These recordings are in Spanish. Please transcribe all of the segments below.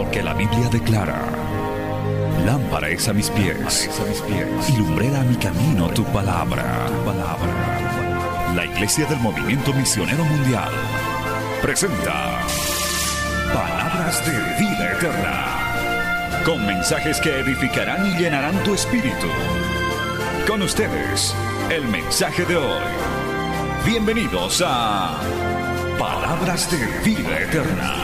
porque la Biblia declara: lámpara es a mis pies y lumbrera a mi camino tu palabra. La Iglesia del Movimiento Misionero Mundial presenta Palabras de Vida Eterna, con mensajes que edificarán y llenarán tu espíritu. Con ustedes, el mensaje de hoy. Bienvenidos a Palabras de Vida Eterna.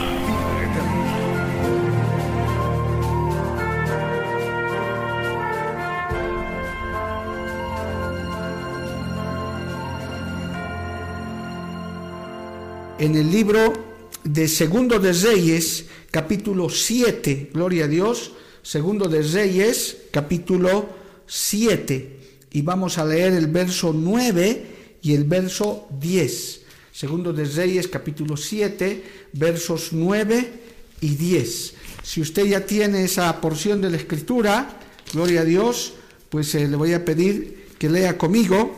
En el libro de Segundo de Reyes, capítulo 7, gloria a Dios, Segundo de Reyes, capítulo 7, y vamos a leer el verso 9 y el verso 10. Segundo de Reyes, capítulo 7, versos 9 y 10. Si usted ya tiene esa porción de la Escritura, gloria a Dios, pues le voy a pedir que lea conmigo.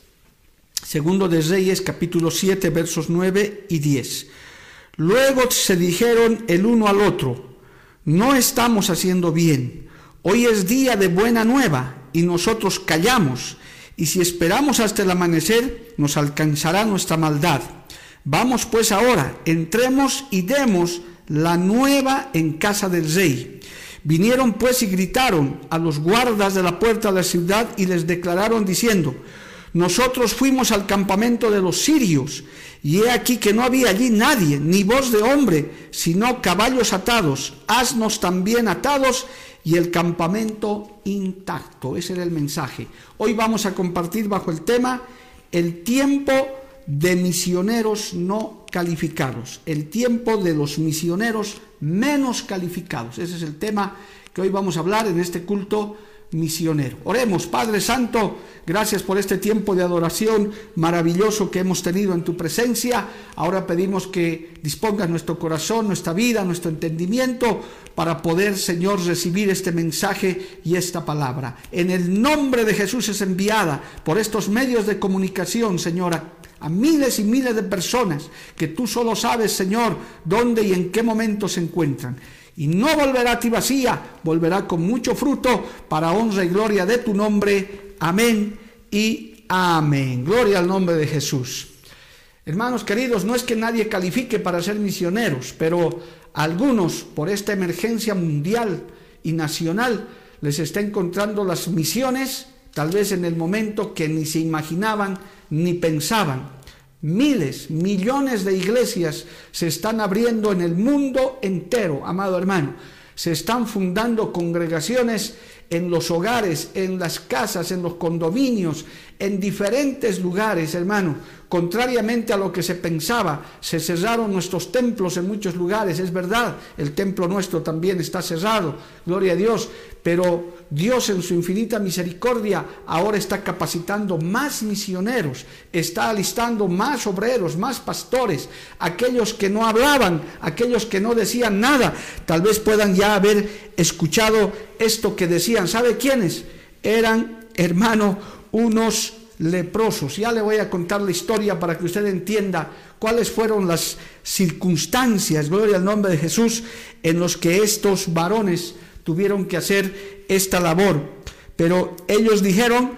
Segundo de Reyes, capítulo 7, versos 9 y 10. Luego se dijeron el uno al otro: no estamos haciendo bien. Hoy es día de buena nueva y nosotros callamos. Y si esperamos hasta el amanecer, nos alcanzará nuestra maldad. Vamos pues ahora, entremos y demos la nueva en casa del rey. Vinieron pues y gritaron a los guardas de la puerta de la ciudad y les declararon diciendo: nosotros fuimos al campamento de los sirios, y he aquí que no había allí nadie, ni voz de hombre, sino caballos atados, asnos también atados, y el campamento intacto. Ese era el mensaje. Hoy vamos a compartir bajo el tema: el tiempo de misioneros no calificados, el tiempo de los misioneros menos calificados. Ese es el tema que hoy vamos a hablar en este culto misionero. Oremos. Padre Santo, gracias por este tiempo de adoración maravilloso que hemos tenido en tu presencia. Ahora pedimos que dispongas nuestro corazón, nuestra vida, nuestro entendimiento para poder, Señor, recibir este mensaje y esta palabra. En el nombre de Jesús es enviada por estos medios de comunicación, Señor, a miles y miles de personas que tú solo sabes, Señor, dónde y en qué momento se encuentran. Y no volverá a ti vacía, volverá con mucho fruto para honra y gloria de tu nombre. Amén y amén. Gloria al nombre de Jesús. Hermanos queridos, no es que nadie califique para ser misioneros, pero algunos, por esta emergencia mundial y nacional, les está encontrando las misiones, tal vez en el momento que ni se imaginaban ni pensaban. Miles, millones de iglesias se están abriendo en el mundo entero, amado hermano. Se están fundando congregaciones en los hogares, en las casas, en los condominios, en diferentes lugares, hermano. Contrariamente a lo que se pensaba, se cerraron nuestros templos en muchos lugares. Es verdad, el templo nuestro también está cerrado, gloria a Dios. Pero Dios en su infinita misericordia ahora está capacitando más misioneros, está alistando más obreros, más pastores. Aquellos que no hablaban, aquellos que no decían nada, tal vez puedan ya haber escuchado esto que decían. ¿Sabe quiénes? Eran, hermano, unos leprosos. Ya le voy a contar la historia para que usted entienda cuáles fueron las circunstancias, gloria al nombre de Jesús, en los que estos varones tuvieron que hacer esta labor. Pero ellos dijeron: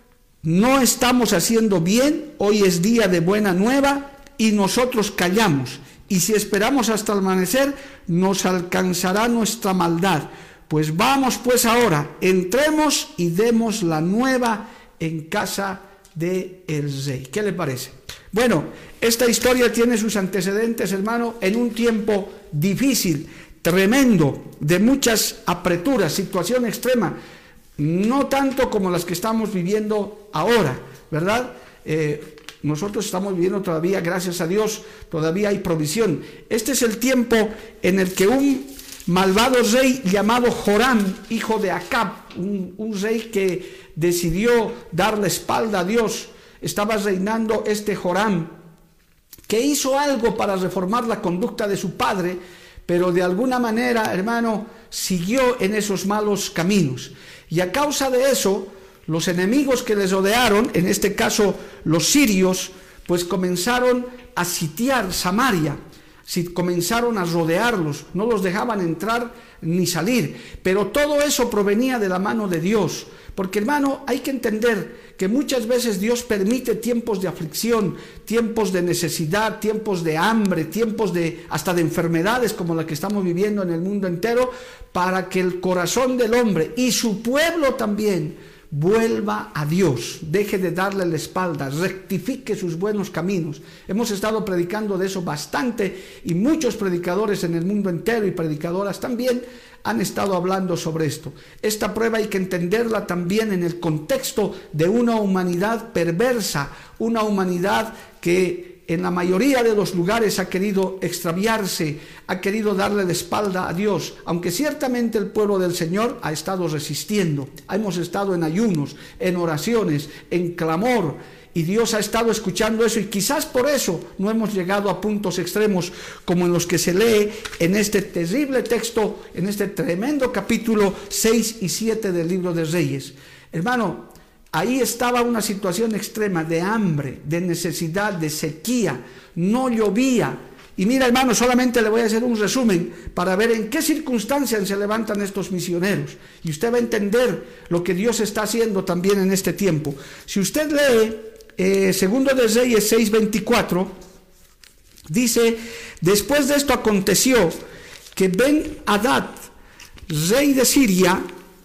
no estamos haciendo bien, hoy es día de buena nueva y nosotros callamos, y si esperamos hasta el amanecer nos alcanzará nuestra maldad. Pues vamos pues ahora, entremos y demos la nueva en casa del rey. ¿Qué le parece? Bueno, esta historia tiene sus antecedentes, hermano, en un tiempo difícil, tremendo, de muchas apreturas, situación extrema, no tanto como las que estamos viviendo ahora, ¿verdad? Nosotros estamos viviendo todavía, gracias a Dios, todavía hay provisión. Este es el tiempo en el que un malvado rey llamado Joram, hijo de Acab, un rey que decidió dar la espalda a Dios, estaba reinando este Joram, que hizo algo para reformar la conducta de su padre, pero de alguna manera, hermano, siguió en esos malos caminos. Y a causa de eso, los enemigos que les rodearon, en este caso los sirios, pues comenzaron a sitiar Samaria. si comenzaron a rodearlos, no los dejaban entrar ni salir, pero todo eso provenía de la mano de Dios, porque hermano, hay que entender que muchas veces Dios permite tiempos de aflicción, tiempos de necesidad, tiempos de hambre, tiempos hasta de enfermedades como la que estamos viviendo en el mundo entero, para que el corazón del hombre y su pueblo también vuelva a Dios, deje de darle la espalda, rectifique sus buenos caminos. Hemos estado predicando de eso bastante y muchos predicadores en el mundo entero y predicadoras también han estado hablando sobre esto. Esta prueba hay que entenderla también en el contexto de una humanidad perversa, una humanidad que en la mayoría de los lugares ha querido extraviarse, ha querido darle la espalda a Dios, aunque ciertamente el pueblo del Señor ha estado resistiendo. Hemos estado en ayunos, en oraciones, en clamor, y Dios ha estado escuchando eso, y quizás por eso no hemos llegado a puntos extremos como en los que se lee en este terrible texto, en este tremendo capítulo 6 y 7 del libro de Reyes. Hermano, ahí estaba una situación extrema de hambre, de necesidad, de sequía, no llovía. Y mira, hermano, solamente le voy a hacer un resumen para ver en qué circunstancias se levantan estos misioneros. Y usted va a entender lo que Dios está haciendo también en este tiempo. Si usted lee Segundo de Reyes 6:24, dice: después de esto aconteció que Ben-Hadad, rey de Siria,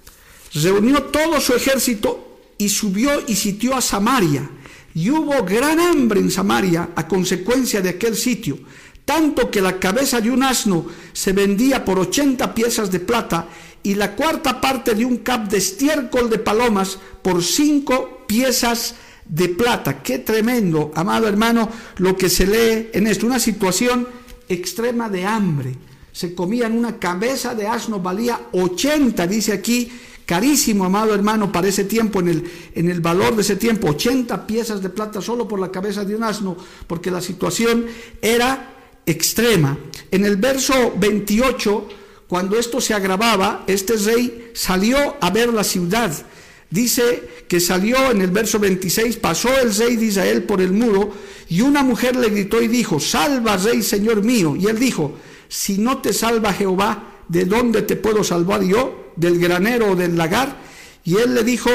reunió todo su ejército y subió y sitió a Samaria, y hubo gran hambre en Samaria a consecuencia de aquel sitio, tanto que la cabeza de un asno se vendía por 80 piezas de plata, y la cuarta parte de un cap de estiércol de palomas por 5 piezas de plata. Qué tremendo, amado hermano, lo que se lee en esto, una situación extrema de hambre. Se comían una cabeza de asno, valía 80, dice aquí, carísimo, amado hermano, para ese tiempo, en el valor de ese tiempo, 80 piezas de plata solo por la cabeza de un asno, porque la situación era extrema. En el verso 28, cuando esto se agravaba, este rey salió a ver la ciudad. Dice que salió en el verso 26, pasó el rey de Israel por el muro, y una mujer le gritó y dijo: salva, rey, señor mío. Y él dijo: si no te salva Jehová, ¿de dónde te puedo salvar yo? ¿Del granero o del lagar? Y él le dijo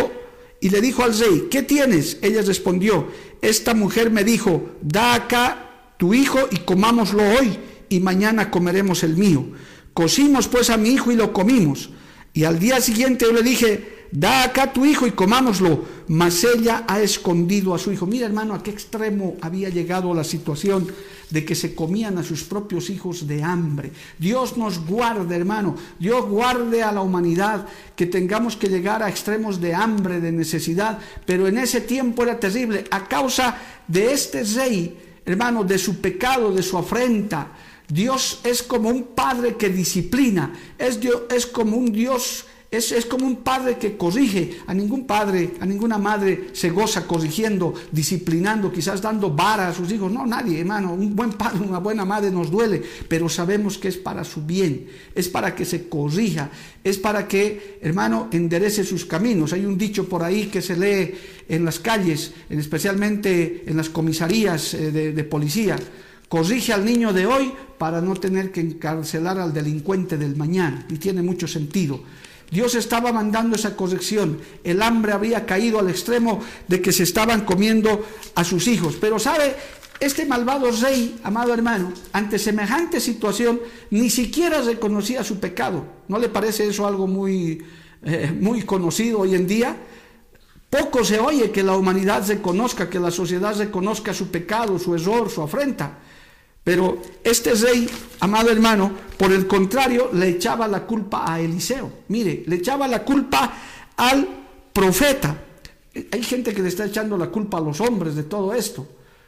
al rey: ¿qué tienes? Ella respondió: esta mujer me dijo: da acá tu hijo y comámoslo hoy, y mañana comeremos el mío. Cocimos pues a mi hijo y lo comimos. Y al día siguiente yo le dije: da acá tu hijo y comámoslo, mas ella ha escondido a su hijo. Mira, hermano, a qué extremo había llegado la situación de que se comían a sus propios hijos de hambre. Dios nos guarde, hermano, Dios guarde a la humanidad que tengamos que llegar a extremos de hambre, de necesidad, pero en ese tiempo era terrible, a causa de este rey, hermano, de su pecado, de su afrenta. Dios es como un padre que disciplina, es como un Dios. Es como un padre que corrige. A ningún padre, a ninguna madre se goza corrigiendo, disciplinando, quizás dando vara a sus hijos. No, nadie, hermano. Un buen padre, una buena madre nos duele, pero sabemos que es para su bien, es para que se corrija, es para que, hermano, enderece sus caminos. Hay un dicho por ahí que se lee en las calles, especialmente en las comisarías de policía: corrige al niño de hoy para no tener que encarcelar al delincuente del mañana. Y tiene mucho sentido. Dios estaba mandando esa corrección. El hambre había caído al extremo de que se estaban comiendo a sus hijos. Pero sabe, este malvado rey, amado hermano, ante semejante situación ni siquiera reconocía su pecado. ¿No le parece eso algo muy conocido hoy en día? Poco se oye que la humanidad reconozca, que la sociedad reconozca su pecado, su error, su afrenta. Pero este rey, amado hermano, por el contrario, le echaba la culpa a Eliseo. Mire, le echaba la culpa al profeta. Hay gente que le está echando la culpa a los hombres de todo esto.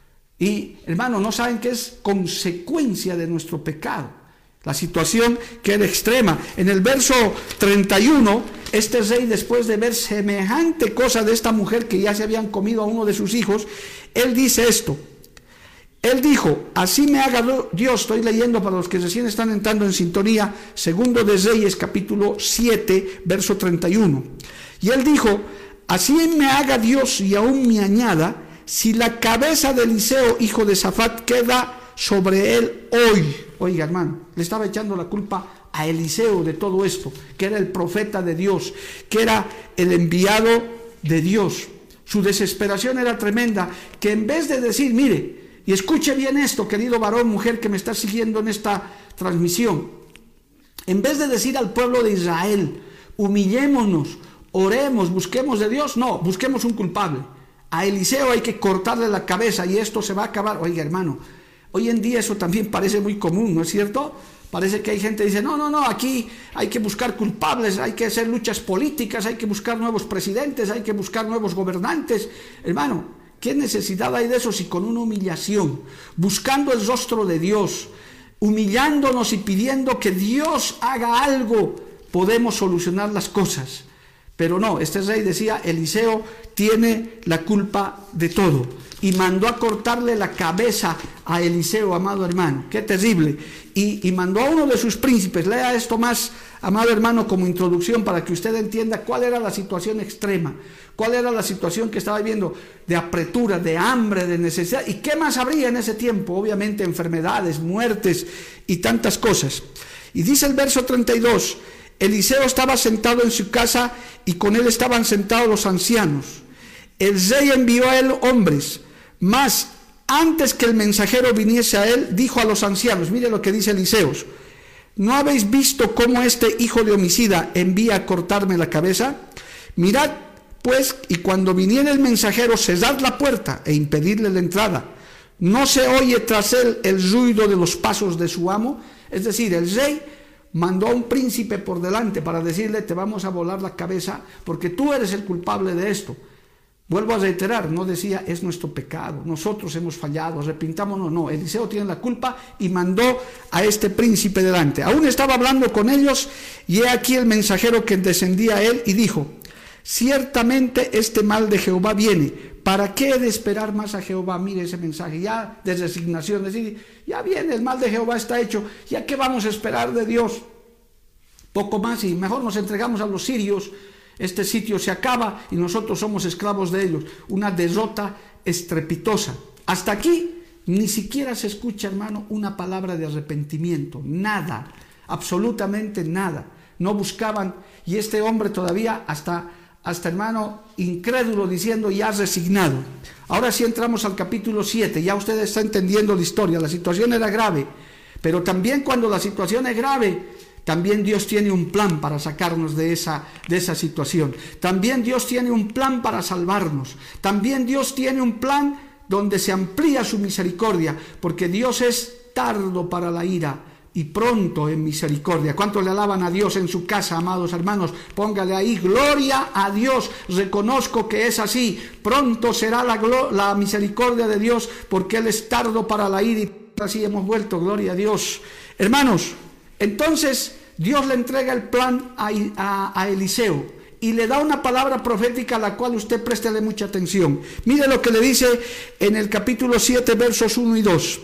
Y, hermano, no saben que es consecuencia de nuestro pecado. La situación que era extrema. En el verso 31, este rey, después de ver semejante cosa de esta mujer que ya se habían comido a uno de sus hijos, él dice esto. Él dijo: así me haga Dios. Estoy leyendo para los que recién están entrando en sintonía, Segundo de Reyes, capítulo 7, verso 31. Y él dijo: así me haga Dios y aún me añada, si la cabeza de Eliseo, hijo de Safat, queda sobre él hoy. Oiga, hermano, le estaba echando la culpa a Eliseo de todo esto, que era el profeta de Dios, que era el enviado de Dios. Su desesperación era tremenda, que en vez de decir, mire, y escuche bien esto, querido varón, mujer que me está siguiendo en esta transmisión, en vez de decir al pueblo de Israel, humillémonos, oremos, busquemos de Dios, no, busquemos un culpable. A Eliseo hay que cortarle la cabeza y esto se va a acabar. Oiga, hermano, hoy en día eso también parece muy común, ¿no es cierto? Parece que hay gente que dice, no, aquí hay que buscar culpables, hay que hacer luchas políticas, hay que buscar nuevos presidentes, hay que buscar nuevos gobernantes. Hermano, ¿qué necesidad hay de eso si con una humillación, buscando el rostro de Dios, humillándonos y pidiendo que Dios haga algo, podemos solucionar las cosas? Pero no, este rey decía, Eliseo tiene la culpa de todo. Y mandó a cortarle la cabeza a Eliseo, amado hermano. Qué terrible. Y mandó a uno de sus príncipes. Lea esto más, amado hermano, como introducción para que usted entienda cuál era la situación extrema. Cuál era la situación que estaba viviendo de apretura, de hambre, de necesidad. ¿Y qué más habría en ese tiempo? Obviamente enfermedades, muertes y tantas cosas. Y dice el verso 32, Eliseo estaba sentado en su casa y con él estaban sentados los ancianos. El rey envió a él hombres, mas antes que el mensajero viniese a él, dijo a los ancianos, mire lo que dice Eliseo, ¿no habéis visto cómo este hijo de homicida envía a cortarme la cabeza? Mirad pues, y cuando viniera el mensajero, cerrad la puerta e impedidle la entrada. ¿No se oye tras él el ruido de los pasos de su amo? Es decir, el rey mandó a un príncipe por delante para decirle, te vamos a volar la cabeza porque tú eres el culpable de esto. Vuelvo a reiterar, no decía, es nuestro pecado, nosotros hemos fallado, arrepintámonos. No, Eliseo tiene la culpa y mandó a este príncipe delante. Aún estaba hablando con ellos y he aquí el mensajero que descendía a él y dijo, ciertamente este mal de Jehová viene. ¿Para qué he de esperar más a Jehová? Mire ese mensaje, ya de resignación, decir, ya viene, el mal de Jehová está hecho, ¿ya qué vamos a esperar de Dios? Poco más y mejor nos entregamos a los sirios, este sitio se acaba y nosotros somos esclavos de ellos. Una derrota estrepitosa. Hasta aquí ni siquiera se escucha, hermano, una palabra de arrepentimiento, nada, absolutamente nada. No buscaban, y este hombre todavía hasta hermano, incrédulo, diciendo ya resignado. Ahora sí entramos al capítulo 7, ya usted está entendiendo la historia, la situación era grave, pero también cuando la situación es grave, también Dios tiene un plan para sacarnos de esa situación. También Dios tiene un plan para salvarnos. También Dios tiene un plan donde se amplía su misericordia, porque Dios es tardo para la ira y pronto en misericordia. ¿Cuántos le alaban a Dios en su casa, amados hermanos? Póngale ahí, gloria a Dios. Reconozco que es así. Pronto será la misericordia de Dios, porque Él es tardo para la ira y así hemos vuelto, gloria a Dios. Hermanos, entonces Dios le entrega el plan a Eliseo y le da una palabra profética a la cual usted préstele mucha atención. Mire lo que le dice en el capítulo 7, versos 1 y 2.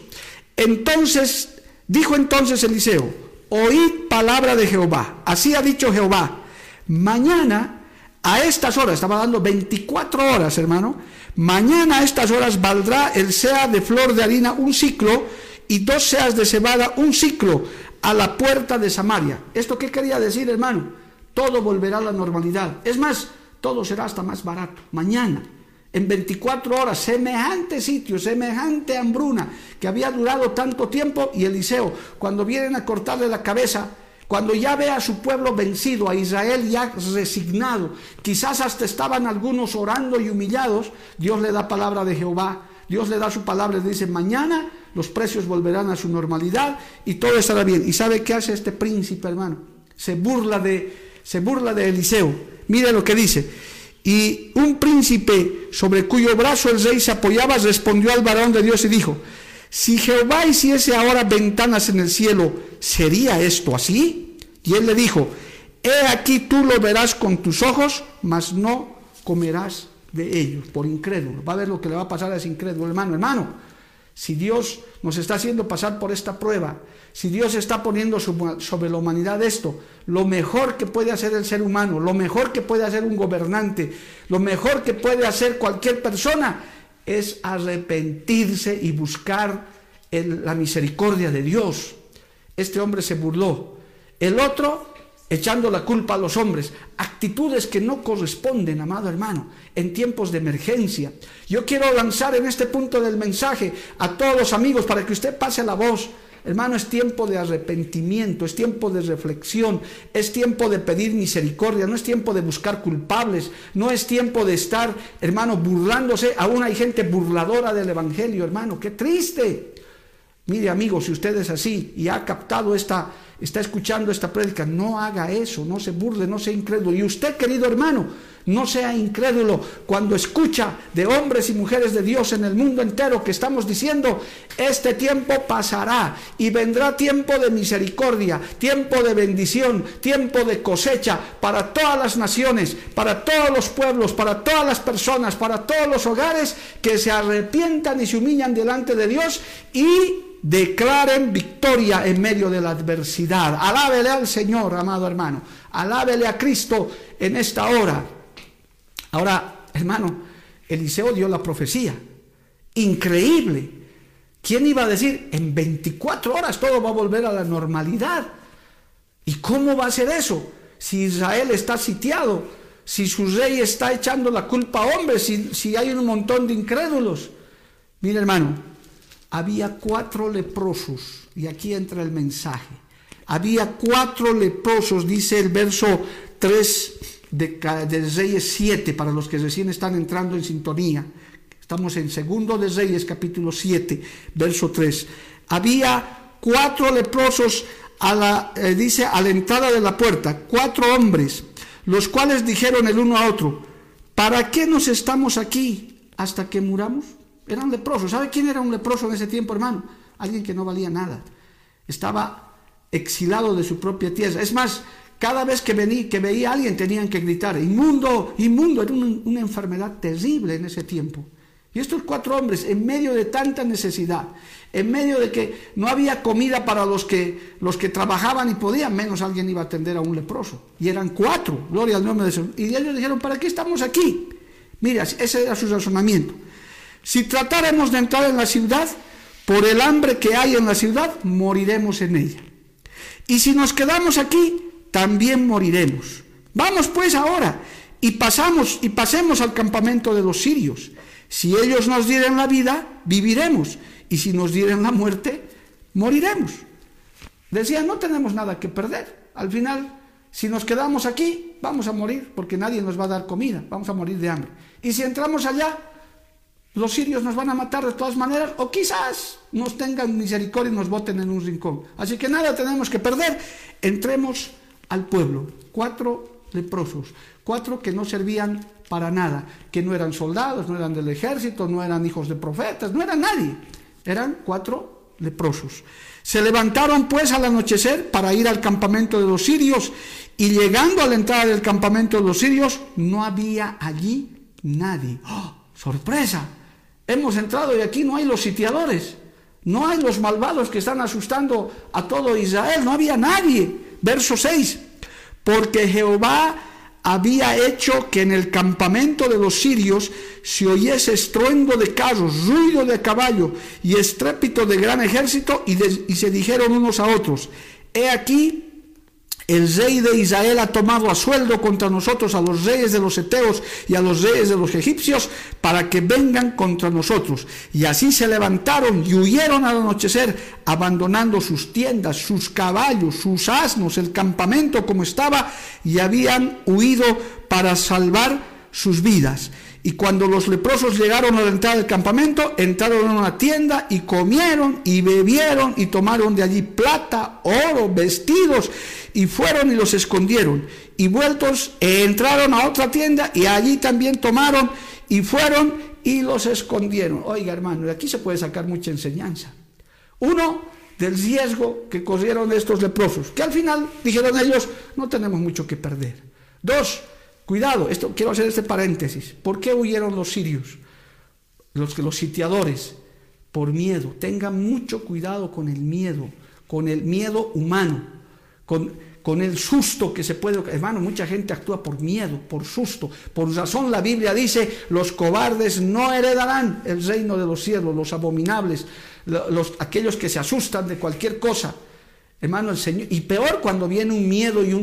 Dijo entonces Eliseo, oíd palabra de Jehová, así ha dicho Jehová, mañana a estas horas, estaba dando 24 horas, hermano, mañana a estas horas valdrá el seah de flor de harina un siclo y 2 seas de cebada un siclo a la puerta de Samaria. ¿Esto qué quería decir, hermano? Todo volverá a la normalidad. Es más, todo será hasta más barato. Mañana, en 24 horas, semejante sitio, semejante hambruna que había durado tanto tiempo, y Eliseo, cuando vienen a cortarle la cabeza, cuando ya ve a su pueblo vencido, a Israel ya resignado, quizás hasta estaban algunos orando y humillados, Dios le da palabra de Jehová, Dios le da su palabra y le dice, mañana los precios volverán a su normalidad y todo estará bien. ¿Y sabe qué hace este príncipe, hermano? Se burla de Eliseo. Mire lo que dice. Y un príncipe sobre cuyo brazo el rey se apoyaba respondió al varón de Dios y dijo, si Jehová hiciese ahora ventanas en el cielo, ¿sería esto así? Y él le dijo, he aquí tú lo verás con tus ojos, mas no comerás de ellos, por incrédulo. Va a ver lo que le va a pasar a ese incrédulo, hermano. Si Dios nos está haciendo pasar por esta prueba, si Dios está poniendo sobre la humanidad esto, lo mejor que puede hacer el ser humano, lo mejor que puede hacer un gobernante, lo mejor que puede hacer cualquier persona, es arrepentirse y buscar la misericordia de Dios. Este hombre se burló. El otro, echando la culpa a los hombres. Actitudes que no corresponden, amado hermano, en tiempos de emergencia. Yo quiero lanzar en este punto del mensaje a todos los amigos para que usted pase la voz. Hermano, es tiempo de arrepentimiento, es tiempo de reflexión, es tiempo de pedir misericordia, no es tiempo de buscar culpables, no es tiempo de estar, hermano, burlándose. Aún hay gente burladora del evangelio, hermano, qué triste. Mire, amigo, si usted es así y ha captado está escuchando esta prédica, no haga eso, no se burle, no sea incrédulo. Y usted, querido hermano, no sea incrédulo cuando escucha de hombres y mujeres de Dios en el mundo entero que estamos diciendo, este tiempo pasará y vendrá tiempo de misericordia, tiempo de bendición, tiempo de cosecha para todas las naciones, para todos los pueblos, para todas las personas, para todos los hogares que se arrepientan y se humillan delante de Dios y declaren victoria en medio de la adversidad. Alábele al Señor, amado hermano. Alábele a Cristo en esta hora. Ahora, hermano, Eliseo dio la profecía. Increíble. ¿Quién iba a decir? En 24 horas todo va a volver a la normalidad. ¿Y cómo va a ser eso? Si Israel está sitiado, si su rey está echando la culpa a hombres, si hay un montón de incrédulos. Mire, hermano, había 4 leprosos, y aquí entra el mensaje. Había 4 leprosos, dice el verso 3 de Reyes 7, para los que recién están entrando en sintonía. Estamos en 2 de Reyes, capítulo 7, verso 3. Había 4 leprosos dice a la entrada de la puerta, 4 hombres, los cuales dijeron el uno a otro, ¿para qué nos estamos aquí hasta que muramos? Eran leprosos. ¿Sabe quién era un leproso en ese tiempo, hermano? Alguien que no valía nada. Estaba exilado de su propia tierra. Es más, cada vez que veía a alguien tenían que gritar, inmundo, inmundo. Era una enfermedad terrible en ese tiempo. Y estos 4 hombres, en medio de tanta necesidad, en medio de que no había comida para los que trabajaban y podían, menos alguien iba a atender a un leproso. Y eran 4, gloria al nombre de Dios. Y ellos dijeron, ¿para qué estamos aquí? Mira, ese era su razonamiento. Si tratáramos de entrar en la ciudad, por el hambre que hay en la ciudad, moriremos en ella. Y si nos quedamos aquí, también moriremos. Vamos pues ahora y pasemos al campamento de los sirios. Si ellos nos dieren la vida, viviremos. Y si nos dieren la muerte, moriremos. Decían, no tenemos nada que perder. Al final, si nos quedamos aquí, vamos a morir, porque nadie nos va a dar comida. Vamos a morir de hambre. Y si entramos allá, los sirios nos van a matar de todas maneras, o quizás nos tengan misericordia y nos boten en un rincón. Así que nada tenemos que perder. Entremos al pueblo. 4 leprosos, 4 que no servían para nada, que no eran soldados, no eran del ejército, no eran hijos de profetas, no eran nadie. Eran 4 leprosos. Se levantaron pues al anochecer para ir al campamento de los sirios, y llegando a la entrada del campamento de los sirios, no había allí nadie. ¡Oh, sorpresa! Hemos entrado y aquí no hay los sitiadores, no hay los malvados que están asustando a todo Israel, no había nadie. Verso 6, porque Jehová había hecho que en el campamento de los sirios se oyese estruendo de carros, ruido de caballo y estrépito de gran ejército, y se dijeron unos a otros, he aquí, el rey de Israel ha tomado a sueldo contra nosotros a los reyes de los heteos y a los reyes de los egipcios para que vengan contra nosotros. Y así se levantaron y huyeron al anochecer, abandonando sus tiendas, sus caballos, sus asnos, el campamento como estaba, y habían huido para salvar sus vidas. Y cuando los leprosos llegaron a la entrada del campamento, entraron a una tienda y comieron y bebieron y tomaron de allí plata, oro, vestidos, y fueron y los escondieron. Y vueltos entraron a otra tienda y allí también tomaron y fueron y los escondieron. Oiga, hermano, de aquí se puede sacar mucha enseñanza. Uno, del riesgo que corrieron estos leprosos, que al final dijeron ellos, no tenemos mucho que perder. 2, cuidado, quiero hacer este paréntesis. ¿Por qué huyeron los sirios? Los sitiadores, por miedo. Tengan mucho cuidado con el miedo humano, con con el susto que se puede. Hermano, mucha gente actúa por miedo, por susto. Por razón la Biblia dice, los cobardes no heredarán el reino de los cielos, los abominables, aquellos que se asustan de cualquier cosa. Hermano, el Señor, y peor cuando viene un miedo y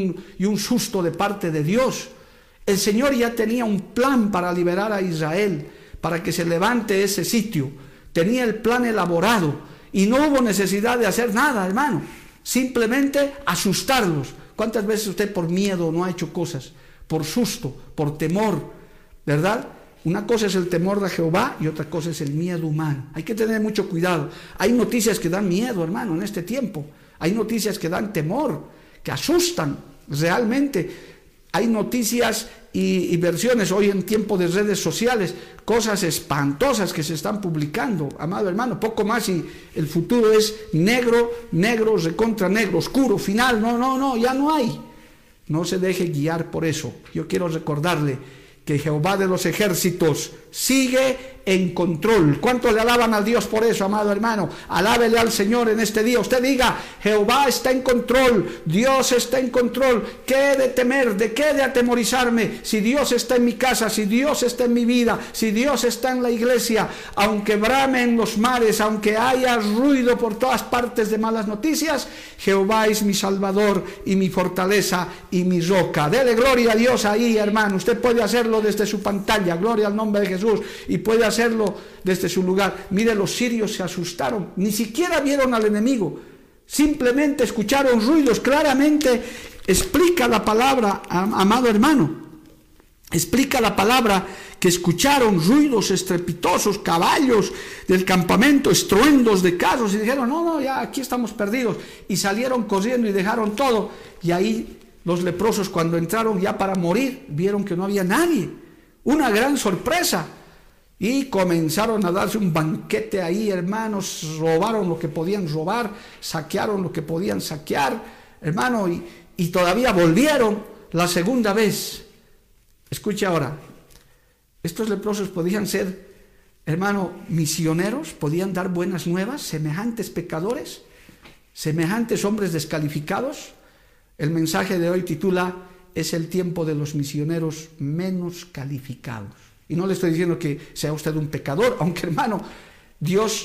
un susto de parte de Dios. El Señor ya tenía un plan para liberar a Israel, para que se levante ese sitio. Tenía el plan elaborado y no hubo necesidad de hacer nada, hermano. Simplemente asustarlos. ¿Cuántas veces usted por miedo no ha hecho cosas? Por susto, por temor, ¿verdad? Una cosa es el temor de Jehová y otra cosa es el miedo humano. Hay que tener mucho cuidado. Hay noticias que dan miedo, hermano, en este tiempo. Hay noticias que dan temor, que asustan realmente. Hay noticias y versiones hoy en tiempo de redes sociales, cosas espantosas que se están publicando, amado hermano, poco más y el futuro es negro, recontra negro, oscuro, final, no, ya no hay. No se deje guiar por eso. Yo quiero recordarle que Jehová de los ejércitos sigue en control. ¿Cuántos le alaban a Dios por eso, amado hermano? Alábele al Señor en este día. Usted diga, Jehová está en control, Dios está en control. ¿Qué de temer? ¿De qué de atemorizarme? Si Dios está en mi casa, si Dios está en mi vida, si Dios está en la iglesia, aunque bramen los mares, aunque haya ruido por todas partes de malas noticias, Jehová es mi salvador y mi fortaleza y mi roca. Dele gloria a Dios ahí, hermano. Usted puede hacerlo desde su pantalla, gloria al nombre de Jesús, y puede hacerlo desde su lugar. Mire, los sirios se asustaron, ni siquiera vieron al enemigo, simplemente escucharon ruidos. Claramente explica la palabra, amado hermano, explica la palabra que escucharon ruidos estrepitosos, caballos del campamento, estruendos de carros, y dijeron, no, ya aquí estamos perdidos, y salieron corriendo y dejaron todo. Y ahí los leprosos, cuando entraron ya para morir, vieron que no había nadie. Una gran sorpresa. Y comenzaron a darse un banquete ahí, hermanos. Robaron lo que podían robar, saquearon lo que podían saquear, hermano, y todavía volvieron la segunda vez. Escuche ahora, estos leprosos podían ser, hermano, misioneros, podían dar buenas nuevas, semejantes pecadores, semejantes hombres descalificados. El mensaje de hoy titula, es el tiempo de los misioneros menos calificados. Y no le estoy diciendo que sea usted un pecador, aunque, hermano, Dios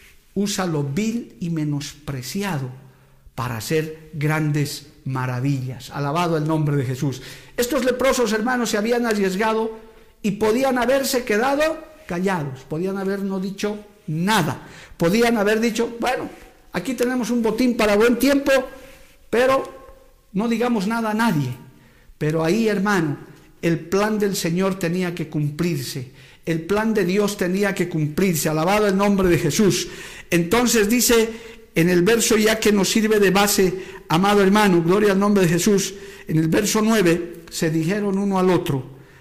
usa lo vil y menospreciado para hacer grandes maravillas. Alabado el nombre de Jesús. Estos leprosos, hermanos, se habían arriesgado y podían haberse quedado callados, podían haber no dicho nada, podían haber dicho, bueno, aquí tenemos un botín para buen tiempo, pero no digamos nada a nadie. Pero ahí, hermano, el plan del Señor tenía que cumplirse, el plan de Dios tenía que cumplirse. Alabado el nombre de Jesús. Entonces dice en el verso, ya que nos sirve de base, amado hermano, gloria al nombre de Jesús, en el verso 9, se dijeron uno al otro,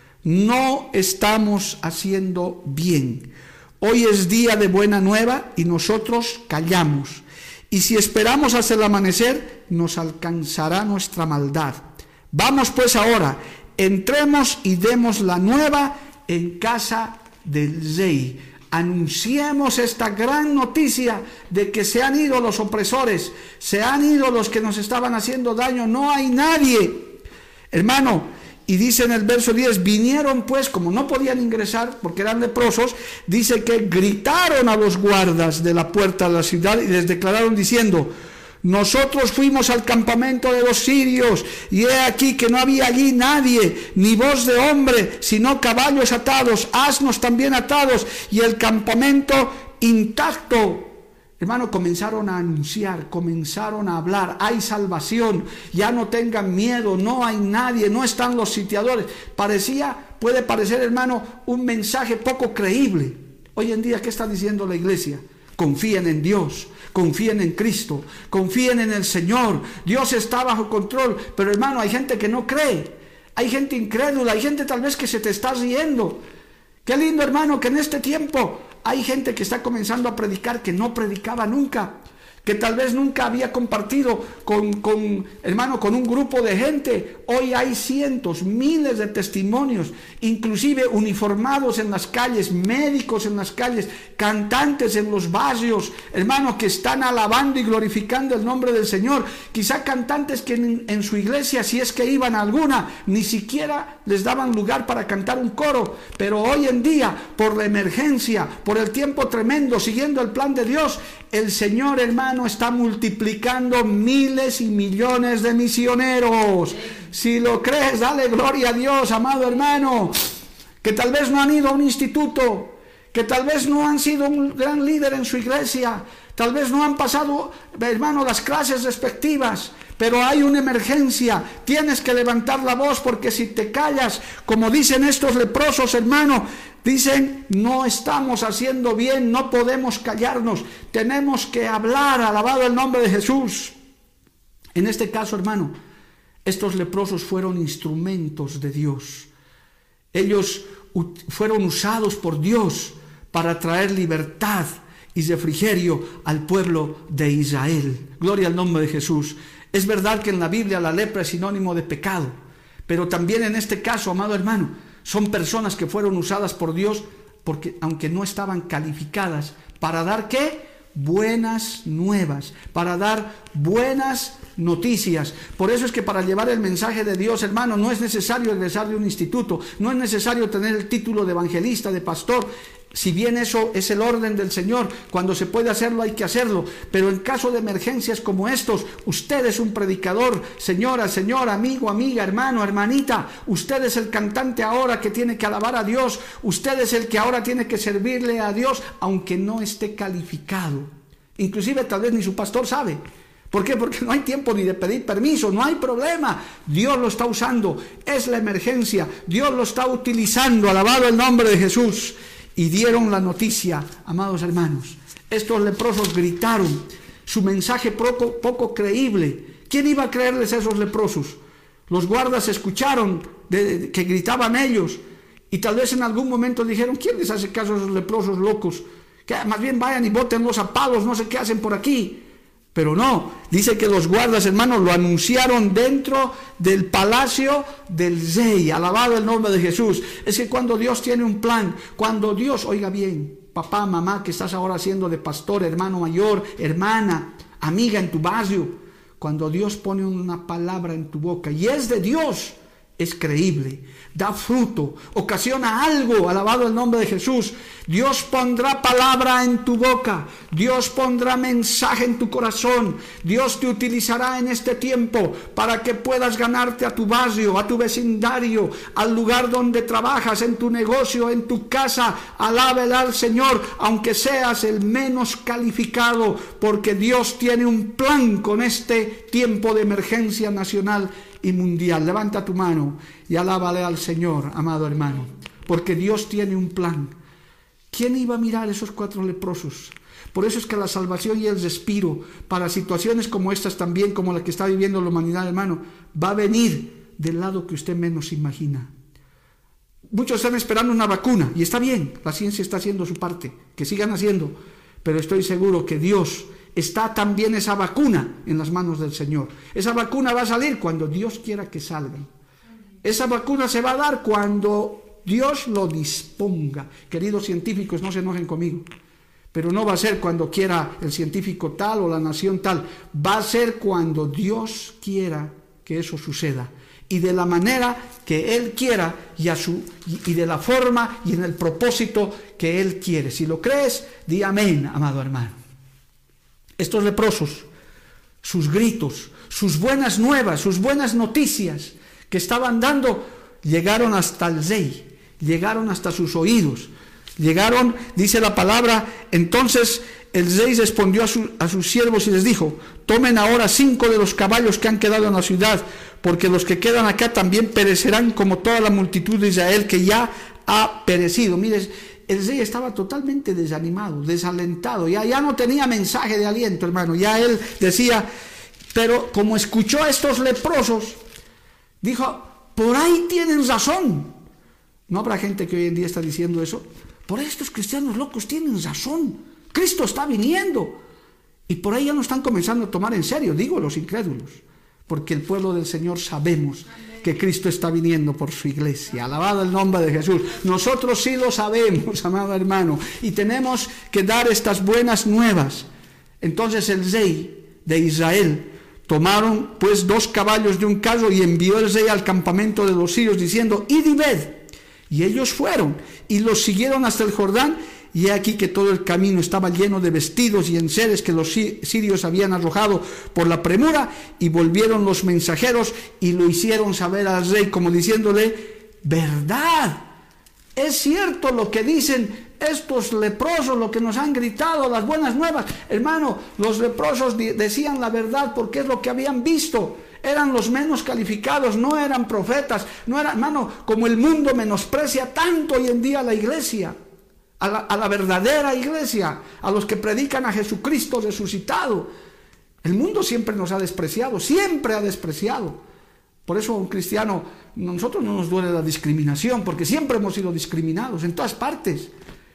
no estamos haciendo bien. Hoy es día de buena nueva y nosotros callamos. Y si esperamos hasta el amanecer, nos alcanzará nuestra maldad. Vamos pues ahora, entremos y demos la nueva en casa del rey. Anunciemos esta gran noticia de que se han ido los opresores, se han ido los que nos estaban haciendo daño, no hay nadie. Hermano, y dice en el verso 10, vinieron pues, como no podían ingresar porque eran leprosos, dice que gritaron a los guardas de la puerta de la ciudad y les declararon diciendo, nosotros fuimos al campamento de los sirios y he aquí que no había allí nadie, ni voz de hombre, sino caballos atados, asnos también atados y el campamento intacto. Hermano, comenzaron a anunciar, comenzaron a hablar, hay salvación, ya no tengan miedo, no hay nadie, no están los sitiadores. Puede parecer, hermano, un mensaje poco creíble. Hoy en día, ¿qué está diciendo la iglesia? Confíen en Dios, confíen en Cristo, confíen en el Señor. Dios está bajo control, pero hermano, hay gente que no cree, hay gente incrédula, hay gente tal vez que se te está riendo. Qué lindo, hermano, que en este tiempo hay gente que está comenzando a predicar que no predicaba nunca, que tal vez nunca había compartido con un grupo de gente. Hoy hay cientos, miles de testimonios, inclusive uniformados en las calles, médicos en las calles, cantantes en los barrios, hermano, que están alabando y glorificando el nombre del Señor. Quizá cantantes que en su iglesia, si es que iban a alguna, ni siquiera les daban lugar para cantar un coro. Pero hoy en día, por la emergencia, por el tiempo tremendo, siguiendo el plan de Dios, el Señor, hermano, está multiplicando miles y millones de misioneros. Si lo crees, dale gloria a Dios, amado hermano, que tal vez no han ido a un instituto, que tal vez no han sido un gran líder en su iglesia, tal vez no han pasado, hermano, las clases respectivas, pero hay una emergencia. Tienes que levantar la voz, porque si te callas, como dicen estos leprosos, hermano, dicen, no estamos haciendo bien, no podemos callarnos, tenemos que hablar, alabado el nombre de Jesús. En este caso, hermano, estos leprosos fueron instrumentos de Dios. Ellos fueron usados por Dios para traer libertad y refrigerio al pueblo de Israel. Gloria al nombre de Jesús. Es verdad que en la Biblia la lepra es sinónimo de pecado, pero también en este caso, amado hermano, son personas que fueron usadas por Dios, porque aunque no estaban calificadas, para dar ¿qué? Buenas nuevas, para dar buenas noticias. Por eso es que para llevar el mensaje de Dios, hermano, no es necesario egresar de un instituto, no es necesario tener el título de evangelista, de pastor. Si bien eso es el orden del Señor, cuando se puede hacerlo hay que hacerlo, pero en caso de emergencias como estos, usted es un predicador, señora, señor, amigo, amiga, hermano, hermanita, usted es el cantante ahora que tiene que alabar a Dios, usted es el que ahora tiene que servirle a Dios, aunque no esté calificado. Inclusive tal vez ni su pastor sabe. ¿Por qué? Porque no hay tiempo ni de pedir permiso, no hay problema. Dios lo está usando, es la emergencia, Dios lo está utilizando, alabado el nombre de Jesús. Y dieron la noticia, amados hermanos. Estos leprosos gritaron su mensaje poco creíble. ¿Quién iba a creerles a esos leprosos? Los guardas escucharon que gritaban ellos, y tal vez en algún momento dijeron, ¿quién les hace caso a esos leprosos locos? Que más bien vayan y bótenlos a palos, no sé qué hacen por aquí. Pero no, dice que los guardas, hermanos, lo anunciaron dentro del palacio del rey. Alabado el nombre de Jesús. Es que cuando Dios tiene un plan, cuando Dios, oiga bien, papá, mamá, que estás ahora haciendo de pastor, hermano mayor, hermana, amiga en tu barrio, cuando Dios pone una palabra en tu boca y es de Dios, es creíble, da fruto, ocasiona algo, alabado el nombre de Jesús. Dios pondrá palabra en tu boca, Dios pondrá mensaje en tu corazón, Dios te utilizará en este tiempo para que puedas ganarte a tu barrio, a tu vecindario, al lugar donde trabajas, en tu negocio, en tu casa. Alábele al Señor, aunque seas el menos calificado, porque Dios tiene un plan con este tiempo de emergencia nacional y mundial. Levanta tu mano y alábale al Señor, amado hermano, porque Dios tiene un plan. ¿Quién iba a mirar esos 4 leprosos? Por eso es que la salvación y el respiro para situaciones como estas, también como la que está viviendo la humanidad, hermano, va a venir del lado que usted menos imagina. Muchos están esperando una vacuna, y está bien, la ciencia está haciendo su parte, que sigan haciendo, pero estoy seguro que Dios está también esa vacuna en las manos del Señor. Esa vacuna va a salir cuando Dios quiera que salga. Esa vacuna se va a dar cuando Dios lo disponga. Queridos científicos, no se enojen conmigo, pero no va a ser cuando quiera el científico tal o la nación tal. Va a ser cuando Dios quiera que eso suceda, y de la manera que Él quiera, y de la forma y en el propósito que Él quiere. Si lo crees, di amén, amado hermano. Estos leprosos, sus gritos, sus buenas nuevas, sus buenas noticias que estaban dando, llegaron hasta el rey, llegaron hasta sus oídos, llegaron, dice la palabra. Entonces el rey respondió a sus siervos y les dijo: tomen ahora 5 de los caballos que han quedado en la ciudad, porque los que quedan acá también perecerán como toda la multitud de Israel que ya ha perecido. Mire, el rey estaba totalmente desanimado, desalentado, ya no tenía mensaje de aliento, hermano. Ya él decía, pero como escuchó a estos leprosos, dijo, por ahí tienen razón. ¿No habrá gente que hoy en día está diciendo eso? Por ahí estos cristianos locos tienen razón, Cristo está viniendo. Y por ahí ya nos están comenzando a tomar en serio, digo, los incrédulos, porque el pueblo del Señor sabemos que Cristo está viniendo por su iglesia. Alabado el nombre de Jesús. Nosotros sí lo sabemos, amado hermano, y tenemos que dar estas buenas nuevas. Entonces el rey de Israel tomaron pues 2 caballos de un carro y envió el rey al campamento de los sirios diciendo: id y ved. Y ellos fueron y los siguieron hasta el Jordán. Y he aquí que todo el camino estaba lleno de vestidos y enseres que los sirios habían arrojado por la premura, y volvieron los mensajeros y lo hicieron saber al rey, como diciéndole: verdad, es cierto lo que dicen estos leprosos, lo que nos han gritado, las buenas nuevas. Hermano, los leprosos decían la verdad porque es lo que habían visto. Eran los menos calificados, no eran profetas, no eran, hermano, como el mundo menosprecia tanto hoy en día a la iglesia. A la verdadera iglesia, a los que predican a Jesucristo resucitado. El mundo siempre nos ha despreciado, siempre ha despreciado. Por eso un cristiano, nosotros no nos duele la discriminación, porque siempre hemos sido discriminados en todas partes.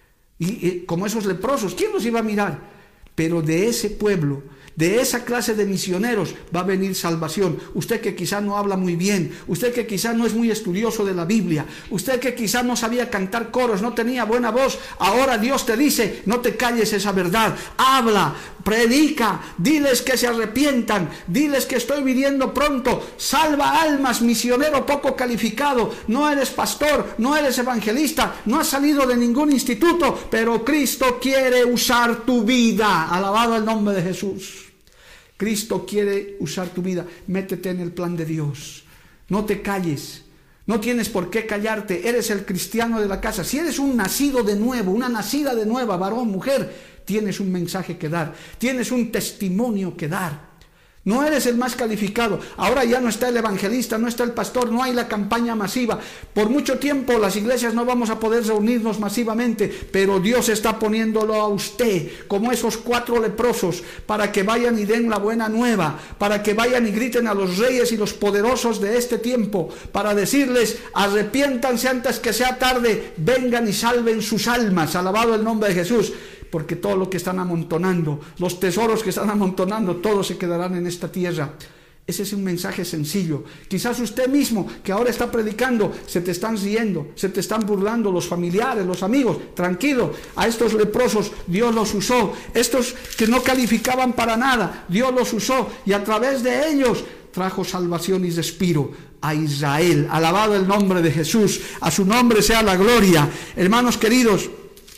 Y como esos leprosos, ¿quién los iba a mirar? Pero de ese pueblo, de esa clase de misioneros va a venir salvación. Usted que quizá no habla muy bien, usted que quizá no es muy estudioso de la Biblia, usted que quizá no sabía cantar coros, no tenía buena voz, ahora Dios te dice: no te calles esa verdad, habla, predica, diles que se arrepientan, diles que estoy viniendo pronto, salva almas, misionero poco calificado, no eres pastor, no eres evangelista, no has salido de ningún instituto, pero Cristo quiere usar tu vida. Alabado el nombre de Jesús. Cristo quiere usar tu vida. Métete en el plan de Dios. No te calles. No tienes por qué callarte. Eres el cristiano de la casa. Si eres un nacido de nuevo, una nacida de nueva, varón, mujer, tienes un mensaje que dar. Tienes un testimonio que dar. No eres el más calificado. Ahora ya no está el evangelista, no está el pastor, no hay la campaña masiva. Por mucho tiempo las iglesias no vamos a poder reunirnos masivamente, pero Dios está poniéndolo a usted como esos 4 leprosos, para que vayan y den la buena nueva, para que vayan y griten a los reyes y los poderosos de este tiempo, para decirles: arrepiéntanse antes que sea tarde, vengan y salven sus almas. Alabado el nombre de Jesús. Porque todo lo que están amontonando, los tesoros que están amontonando, todos se quedarán en esta tierra. Ese es un mensaje sencillo. Quizás usted mismo, que ahora está predicando, se te están riendo, se te están burlando los familiares, los amigos. Tranquilo, a estos leprosos Dios los usó. Estos que no calificaban para nada, Dios los usó. Y a través de ellos trajo salvación y respiro a Israel. Alabado el nombre de Jesús. A su nombre sea la gloria. Hermanos queridos,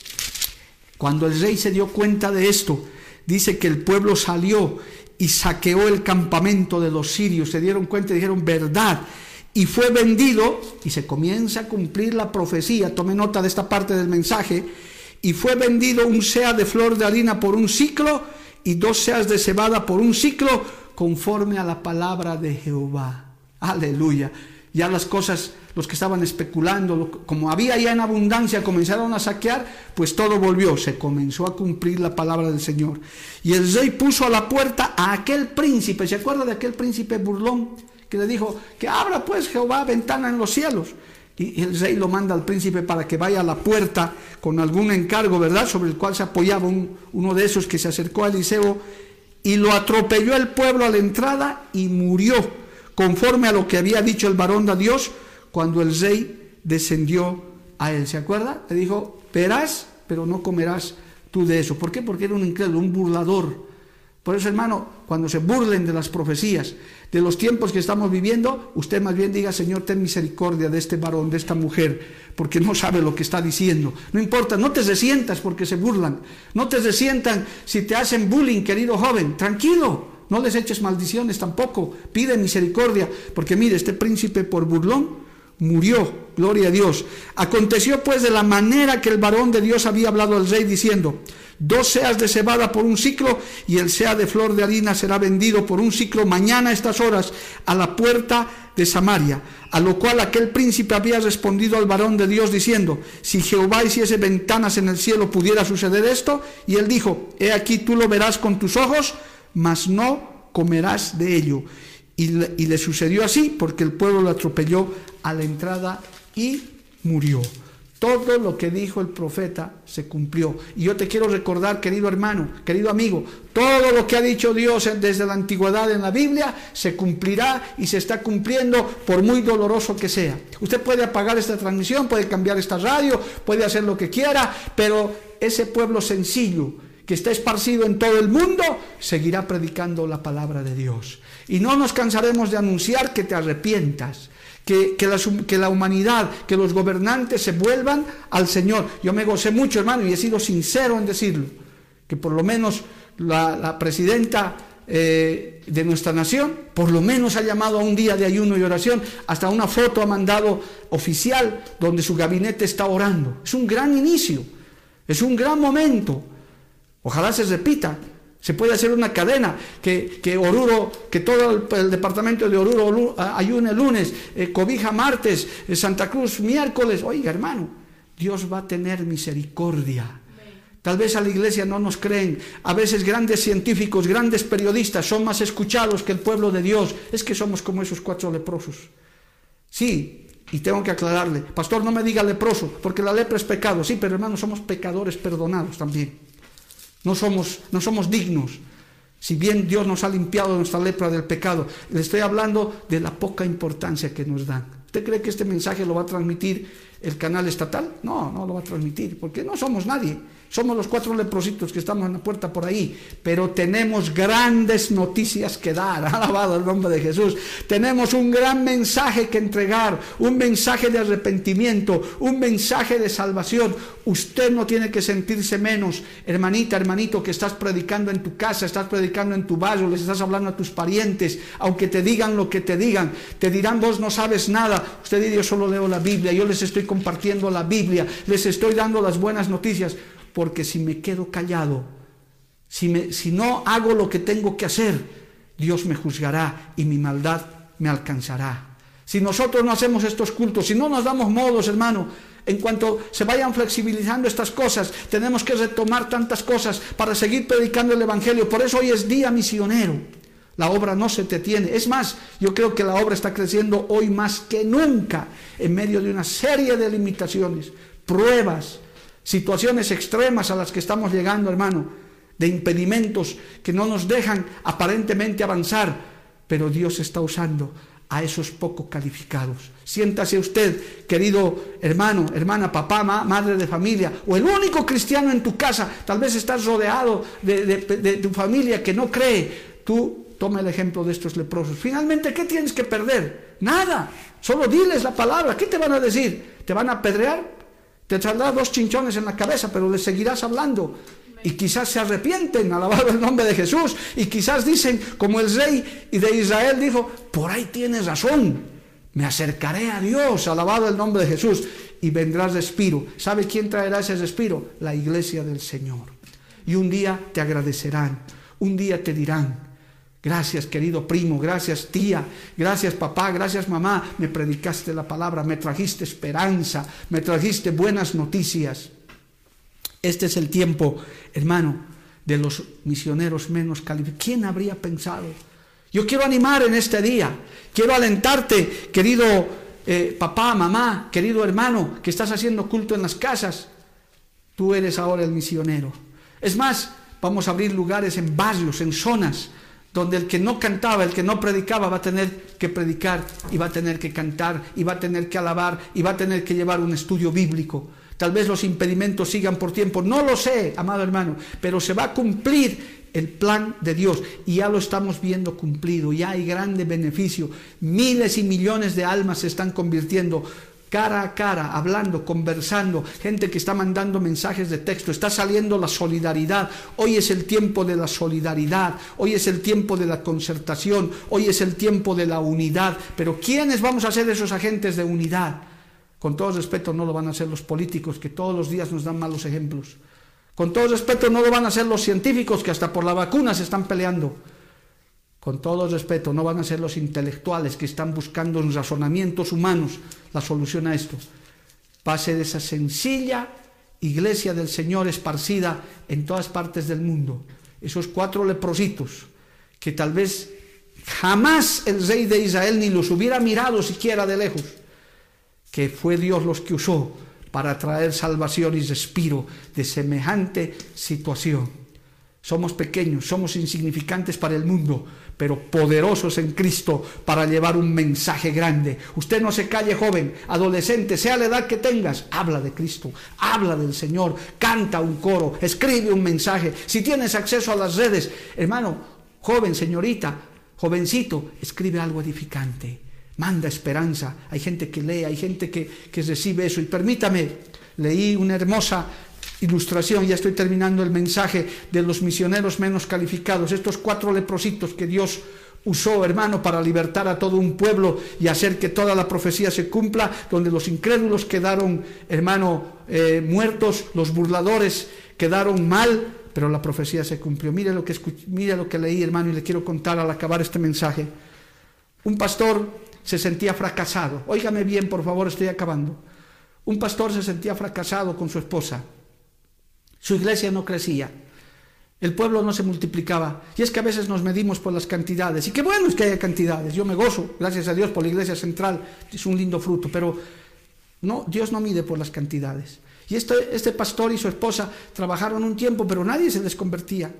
cuando el rey se dio cuenta de esto, dice que el pueblo salió y saqueó el campamento de los sirios. Se dieron cuenta y dijeron: verdad. Y fue vendido, y se comienza a cumplir la profecía. Tome nota de esta parte del mensaje. Y fue vendido un seah de flor de harina por un siclo, y 2 seas de cebada por un siclo, conforme a la palabra de Jehová. Aleluya. Ya las cosas, los que estaban especulando, como había ya en abundancia, comenzaron a saquear, pues todo volvió, se comenzó a cumplir la palabra del Señor. Y el rey puso a la puerta a aquel príncipe. ¿Se acuerda de aquel príncipe burlón que le dijo: que abra pues Jehová ventana en los cielos? Y el rey lo manda al príncipe para que vaya a la puerta con algún encargo, ¿verdad?, sobre el cual se apoyaba uno de esos que se acercó a Eliseo, y lo atropelló el pueblo a la entrada y murió, conforme a lo que había dicho el varón de Dios cuando el rey descendió a él. ¿Se acuerda? Le dijo: verás, pero no comerás tú de eso. ¿Por qué? Porque era un incrédulo, un burlador. Por eso, hermano, cuando se burlen de las profecías, de los tiempos que estamos viviendo, usted más bien diga: Señor, ten misericordia de este varón, de esta mujer, porque no sabe lo que está diciendo. No importa, no te resientas porque se burlan, no te resientan si te hacen bullying, querido joven, tranquilo. No les eches maldiciones tampoco, pide misericordia, porque mire, este príncipe por burlón murió, gloria a Dios. Aconteció pues de la manera que el varón de Dios había hablado al rey, diciendo: 2 seas de cebada por un siclo, y el seah de flor de harina será vendido por un siclo mañana a estas horas a la puerta de Samaria. A lo cual aquel príncipe había respondido al varón de Dios diciendo: si Jehová hiciese ventanas en el cielo, ¿pudiera suceder esto? Y él dijo: he aquí tú lo verás con tus ojos, mas no comerás de ello. Y le sucedió así, porque el pueblo lo atropelló a la entrada y murió. Todo lo que dijo el profeta se cumplió. Y yo te quiero recordar, querido hermano, querido amigo, todo lo que ha dicho Dios desde la antigüedad en la Biblia se cumplirá y se está cumpliendo, por muy doloroso que sea. Usted puede apagar esta transmisión, puede cambiar esta radio, puede hacer lo que quiera, pero ese pueblo sencillo que está esparcido en todo el mundo seguirá predicando la palabra de Dios. Y no nos cansaremos de anunciar que te arrepientas, que la humanidad, que los gobernantes se vuelvan al Señor. Yo me gocé mucho, hermano, y he sido sincero en decirlo, que por lo menos la presidenta de nuestra nación, por lo menos ha llamado a un día de ayuno y oración, hasta una foto ha mandado oficial donde su gabinete está orando. Es un gran inicio, es un gran momento. Ojalá se repita. Se puede hacer una cadena, que Oruro, que todo el departamento de Oruro ayune lunes, Cobija martes, Santa Cruz miércoles. Oiga, hermano, Dios va a tener misericordia. Tal vez a la iglesia no nos creen. A veces grandes científicos, grandes periodistas son más escuchados que el pueblo de Dios. Es que somos como esos 4 leprosos. Sí, y tengo que aclararle, pastor, no me diga leproso, porque la lepra es pecado. Sí, pero hermano, somos pecadores perdonados también. No somos dignos, si bien Dios nos ha limpiado nuestra lepra del pecado. Le estoy hablando de la poca importancia que nos dan. ¿Usted cree que este mensaje lo va a transmitir el canal estatal? No lo va a transmitir, porque no somos nadie. Somos los 4 leprositos que estamos en la puerta por ahí, pero tenemos grandes noticias que dar. Alabado el nombre de Jesús. Tenemos un gran mensaje que entregar, un mensaje de arrepentimiento, un mensaje de salvación. Usted no tiene que sentirse menos, hermanita, hermanito, que estás predicando en tu casa, estás predicando en tu barrio, les estás hablando a tus parientes, aunque te digan lo que te digan, te dirán, vos no sabes nada. Usted dice, yo solo leo la Biblia, yo les estoy compartiendo la Biblia, les estoy dando las buenas noticias. Porque si me quedo callado, si no hago lo que tengo que hacer, Dios me juzgará y mi maldad me alcanzará. Si nosotros no hacemos estos cultos, si no nos damos modos, hermano, en cuanto se vayan flexibilizando estas cosas, tenemos que retomar tantas cosas para seguir predicando el Evangelio. Por eso hoy es día misionero. La obra no se detiene. Es más, yo creo que la obra está creciendo hoy más que nunca en medio de una serie de limitaciones, pruebas, situaciones extremas a las que estamos llegando, hermano, de impedimentos que no nos dejan aparentemente avanzar, pero Dios está usando a esos poco calificados. Siéntase usted, querido hermano, hermana, papá, madre de familia, o el único cristiano en tu casa. Tal vez estás rodeado de tu familia que no cree. Tú toma el ejemplo de estos leprosos. Finalmente, ¿qué tienes que perder? Nada, solo diles la palabra. ¿Qué te van a decir? ¿Te van a apedrear? Te saldrá 2 chinchones en la cabeza, pero les seguirás hablando. Y quizás se arrepienten, alabado el nombre de Jesús. Y quizás dicen, como el rey de Israel dijo, por ahí tienes razón, me acercaré a Dios, alabado el nombre de Jesús. Y vendrá respiro. ¿Sabe quién traerá ese respiro? La iglesia del Señor. Y un día te agradecerán, un día te dirán, gracias querido primo, gracias tía, gracias papá, gracias mamá, me predicaste la palabra, me trajiste esperanza, me trajiste buenas noticias. Este es el tiempo, hermano, de los misioneros menos calificados. ¿Quién habría pensado? Yo quiero animar en este día, quiero alentarte, querido papá, mamá, querido hermano, que estás haciendo culto en las casas. Tú eres ahora el misionero. Es más, vamos a abrir lugares en barrios, en zonas, donde el que no cantaba, el que no predicaba va a tener que predicar y va a tener que cantar y va a tener que alabar y va a tener que llevar un estudio bíblico. Tal vez los impedimentos sigan por tiempo, no lo sé, amado hermano, pero se va a cumplir el plan de Dios y ya lo estamos viendo cumplido, ya hay grande beneficio. Miles y millones de almas se están convirtiendo cara a cara, hablando, conversando, gente que está mandando mensajes de texto, está saliendo la solidaridad. Hoy es el tiempo de la solidaridad, hoy es el tiempo de la concertación, hoy es el tiempo de la unidad. Pero ¿quiénes vamos a ser esos agentes de unidad? Con todo respeto, no lo van a hacer los políticos que todos los días nos dan malos ejemplos. Con todo respeto, no lo van a hacer los científicos que hasta por la vacuna se están peleando. Con todo respeto, no van a ser los intelectuales que están buscando en razonamientos humanos la solución a esto. Va a ser esa sencilla iglesia del Señor esparcida en todas partes del mundo. Esos 4 leprositos que tal vez jamás el rey de Israel ni los hubiera mirado siquiera de lejos, que fue Dios los que usó para traer salvación y respiro de semejante situación. Somos pequeños, somos insignificantes para el mundo, pero poderosos en Cristo para llevar un mensaje grande. Usted no se calle, joven, adolescente, sea la edad que tengas, habla de Cristo, habla del Señor, canta un coro, escribe un mensaje. Si tienes acceso a las redes, hermano, joven, señorita, jovencito, escribe algo edificante, manda esperanza. Hay gente que lee, hay gente que recibe eso. Y permítame, leí una hermosa ilustración, ya estoy terminando el mensaje, de los misioneros menos calificados, estos 4 leprositos que Dios usó, hermano, para libertar a todo un pueblo y hacer que toda la profecía se cumpla, donde los incrédulos quedaron, hermano, muertos, los burladores quedaron mal, pero la profecía se cumplió. Mire lo que leí, hermano, y le quiero contar al acabar este mensaje. Un pastor se sentía fracasado. Óigame bien, por favor, estoy acabando. Un pastor se sentía fracasado con su esposa. Su iglesia no crecía, el pueblo no se multiplicaba. Y es que a veces nos medimos por las cantidades, y qué bueno es que haya cantidades. Yo me gozo, gracias a Dios, por la iglesia central, es un lindo fruto, pero no, Dios no mide por las cantidades. Y este pastor y su esposa trabajaron un tiempo, pero nadie se les convertía.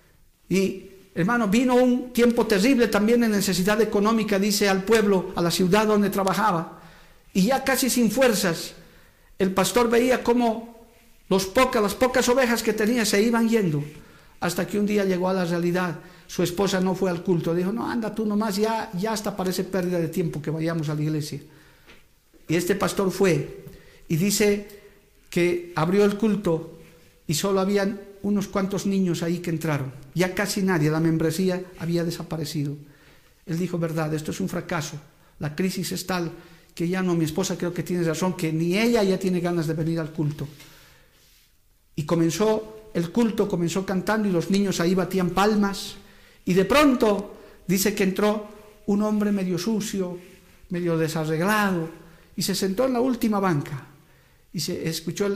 Y, hermano, vino un tiempo terrible también de necesidad económica, dice, al pueblo, a la ciudad donde trabajaba. Y ya casi sin fuerzas, el pastor veía cómo las pocas ovejas que tenía se iban yendo, hasta que un día llegó a la realidad. Su esposa no fue al culto, dijo, no, anda tú nomás, ya hasta parece pérdida de tiempo que vayamos a la iglesia. Y este pastor fue, y dice que abrió el culto, y solo habían unos cuantos niños ahí que entraron, ya casi nadie, la membresía había desaparecido. Él dijo, verdad, esto es un fracaso, la crisis es tal, que ya no, mi esposa creo que tiene razón, que ni ella ya tiene ganas de venir al culto. Y comenzó el culto, comenzó cantando y los niños ahí batían palmas. Y de pronto dice que entró un hombre medio sucio, medio desarreglado, y se sentó en la última banca. Y se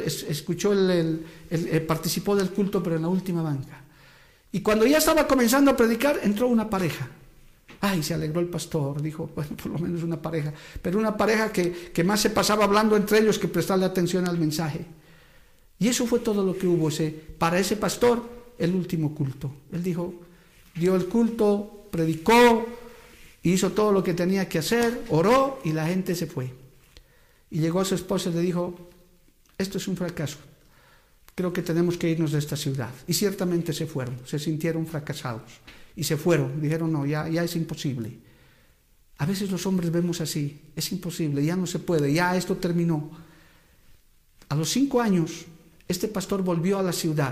participó del culto, pero en la última banca. Y cuando ya estaba comenzando a predicar, entró una pareja. Ay, se alegró el pastor, dijo, bueno, por lo menos una pareja. Pero una pareja que más se pasaba hablando entre ellos que prestarle atención al mensaje. Y eso fue todo lo que hubo para ese pastor, el último culto. Él dijo, dio el culto, predicó, hizo todo lo que tenía que hacer, oró y la gente se fue. Y llegó a su esposa y le dijo, esto es un fracaso, creo que tenemos que irnos de esta ciudad. Y ciertamente se fueron, se sintieron fracasados y se fueron, dijeron, no, ya es imposible. A veces los hombres vemos así, es imposible, ya no se puede, ya esto terminó. A los 5 años, este pastor volvió a la ciudad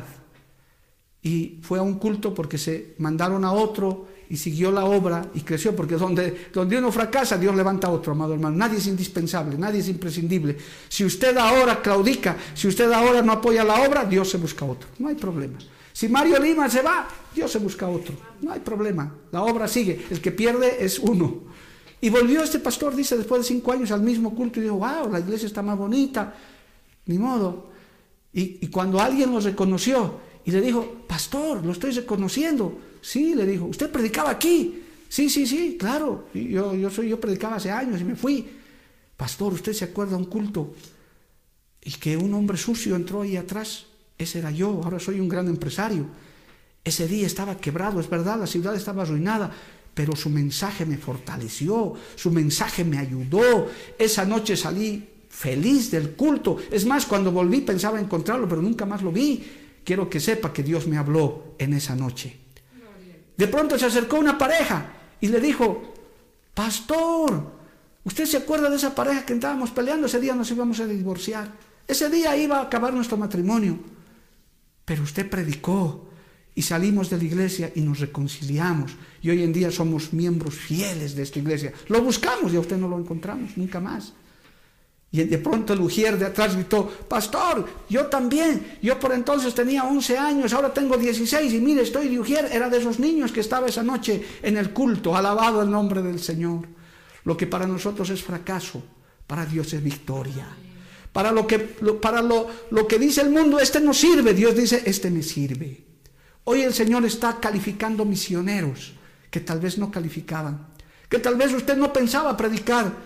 y fue a un culto porque se mandaron a otro y siguió la obra y creció, porque donde uno fracasa, Dios levanta a otro, amado hermano. Nadie es indispensable, nadie es imprescindible. Si usted ahora claudica, si usted ahora no apoya la obra, Dios se busca otro, no hay problema. Si Mario Lima se va, Dios se busca otro, no hay problema, la obra sigue, el que pierde es uno. Y volvió este pastor, dice, después de 5 años al mismo culto y dijo, wow, la iglesia está más bonita, ni modo. Y cuando alguien lo reconoció y le dijo, pastor, lo estoy reconociendo. Sí, le dijo, ¿usted predicaba aquí? Sí, claro, yo predicaba hace años y me fui. Pastor, ¿usted se acuerda de un culto y que un hombre sucio entró ahí atrás? Ese era yo, ahora soy un gran empresario. Ese día estaba quebrado, es verdad, la ciudad estaba arruinada, pero su mensaje me fortaleció, su mensaje me ayudó. Esa noche salí feliz del culto. Es más, cuando volví pensaba encontrarlo, pero nunca más lo vi. Quiero que sepa que Dios me habló en esa noche. De pronto se acercó una pareja y le dijo, pastor, ¿usted se acuerda de esa pareja que estábamos peleando? Ese día nos íbamos a divorciar. Ese día iba a acabar nuestro matrimonio. Pero usted predicó y salimos de la iglesia y nos reconciliamos. Y hoy en día somos miembros fieles de esta iglesia. Lo buscamos y a usted no lo encontramos, nunca más. Y de pronto el ujier de atrás gritó, pastor, yo también, yo por entonces tenía 11 años, ahora tengo 16 y mire, estoy de ujier. Era de esos niños que estaba esa noche en el culto, alabado el nombre del Señor. Lo que para nosotros es fracaso, para Dios es victoria. Para lo que dice el mundo, este no sirve, Dios dice, este me sirve. Hoy el Señor está calificando misioneros que tal vez no calificaban, que tal vez usted no pensaba predicar.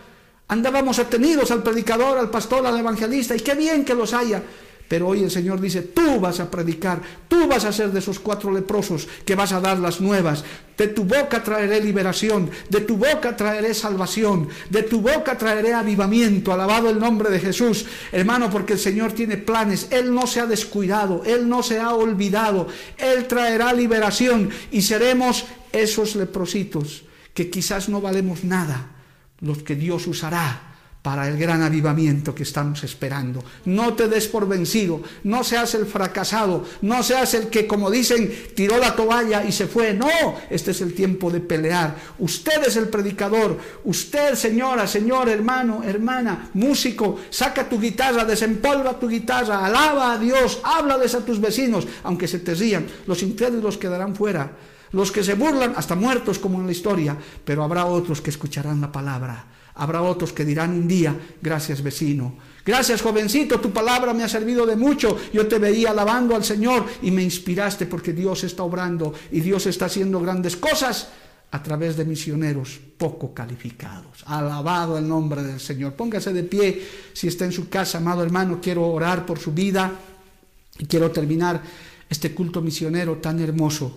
Andábamos atenidos al predicador, al pastor, al evangelista, y qué bien que los haya. Pero hoy el Señor dice, tú vas a predicar, tú vas a ser de esos 4 leprosos que vas a dar las nuevas. De tu boca traeré liberación, de tu boca traeré salvación, de tu boca traeré avivamiento. Alabado el nombre de Jesús, hermano, porque el Señor tiene planes. Él no se ha descuidado, Él no se ha olvidado. Él traerá liberación y seremos esos leprositos que quizás no valemos nada, los que Dios usará para el gran avivamiento que estamos esperando. No te des por vencido, no seas el fracasado, no seas el que, como dicen, tiró la toalla y se fue. No, este es el tiempo de pelear. Usted es el predicador, usted, señora, señor, hermano, hermana, músico, saca tu guitarra, desempolva tu guitarra, alaba a Dios, háblales a tus vecinos, aunque se te rían. Los incrédulos quedarán fuera, los que se burlan hasta muertos como en la historia, pero habrá otros que escucharán la palabra. Habrá otros que dirán un día, gracias vecino, gracias jovencito, tu palabra me ha servido de mucho, yo te veía alabando al Señor y me inspiraste, porque Dios está obrando y Dios está haciendo grandes cosas a través de misioneros poco calificados. Alabado el nombre del Señor. Póngase de pie si está en su casa, amado hermano. Quiero orar por su vida y quiero terminar este culto misionero tan hermoso,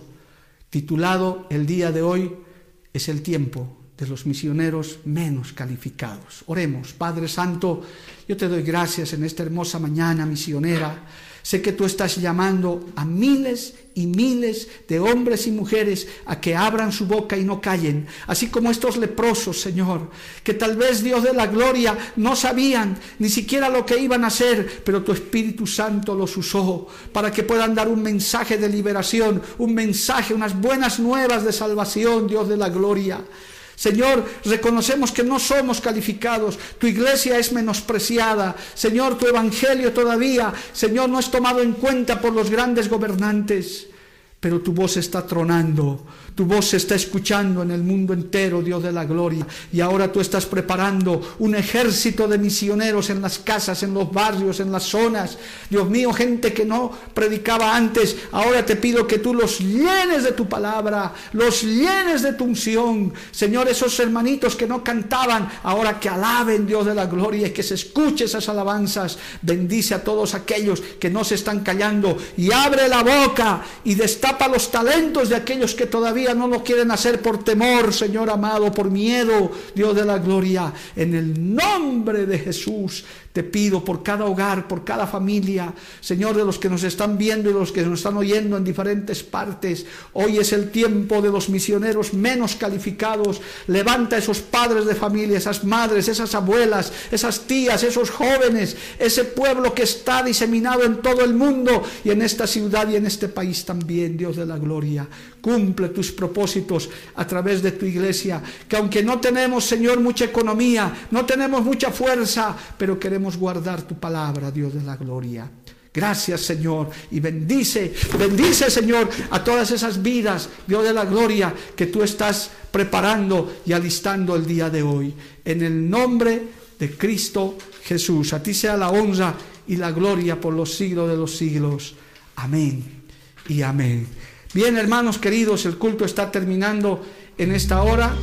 titulado el día de hoy, es el tiempo de los misioneros menos calificados. Oremos. Padre Santo, yo te doy gracias en esta hermosa mañana misionera. Sé que tú estás llamando a miles y miles de hombres y mujeres a que abran su boca y no callen, así como estos leprosos, Señor, que tal vez, Dios de la gloria, no sabían ni siquiera lo que iban a hacer, pero tu Espíritu Santo los usó para que puedan dar un mensaje de liberación, un mensaje, unas buenas nuevas de salvación, Dios de la gloria. Señor, reconocemos que no somos calificados, tu iglesia es menospreciada, Señor, tu evangelio todavía, Señor, no es tomado en cuenta por los grandes gobernantes, pero tu voz está tronando, tu voz se está escuchando en el mundo entero, Dios de la gloria, y ahora tú estás preparando un ejército de misioneros en las casas, en los barrios, en las zonas. Dios mío, gente que no predicaba antes, ahora te pido que tú los llenes de tu palabra, los llenes de tu unción. Señor, esos hermanitos que no cantaban, ahora que alaben, Dios de la gloria, y que se escuche esas alabanzas. Bendice a todos aquellos que no se están callando y abre la boca y destapa los talentos de aquellos que todavía no lo quieren hacer por temor, Señor amado, por miedo, Dios de la gloria. En el nombre de Jesús te pido por cada hogar, por cada familia, Señor, de los que nos están viendo y de los que nos están oyendo en diferentes partes. Hoy es el tiempo de los misioneros menos calificados. Levanta a esos padres de familia, esas madres, esas abuelas, esas tías, esos jóvenes, ese pueblo que está diseminado en todo el mundo y en esta ciudad y en este país también, Dios de la gloria. Cumple tus propósitos a través de tu iglesia, que aunque no tenemos, Señor, mucha economía, no tenemos mucha fuerza, pero queremos guardar tu palabra, Dios de la gloria. Gracias, Señor, y bendice, Señor, a todas esas vidas, Dios de la gloria, que tú estás preparando y alistando el día de hoy. En el nombre de Cristo Jesús, a ti sea la honra y la gloria por los siglos de los siglos. Amén y amén. Bien, hermanos queridos, el culto está terminando en esta hora.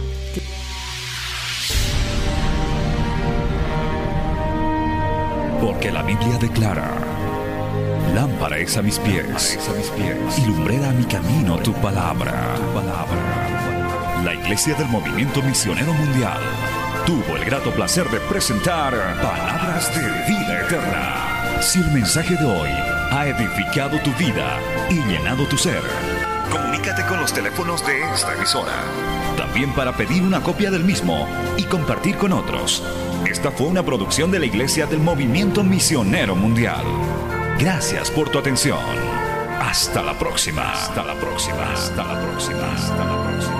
Porque la Biblia declara: lámpara es a mis pies, y lumbrera a mi camino tu palabra. La Iglesia del Movimiento Misionero Mundial tuvo el grato placer de presentar Palabras de Vida Eterna. Si el mensaje de hoy ha edificado tu vida y llenado tu ser, comunícate con los teléfonos de esta emisora. También para pedir una copia del mismo y compartir con otros. Esta fue una producción de la Iglesia del Movimiento Misionero Mundial. Gracias por tu atención. Hasta la próxima. Hasta la próxima. Hasta la próxima. Hasta la próxima.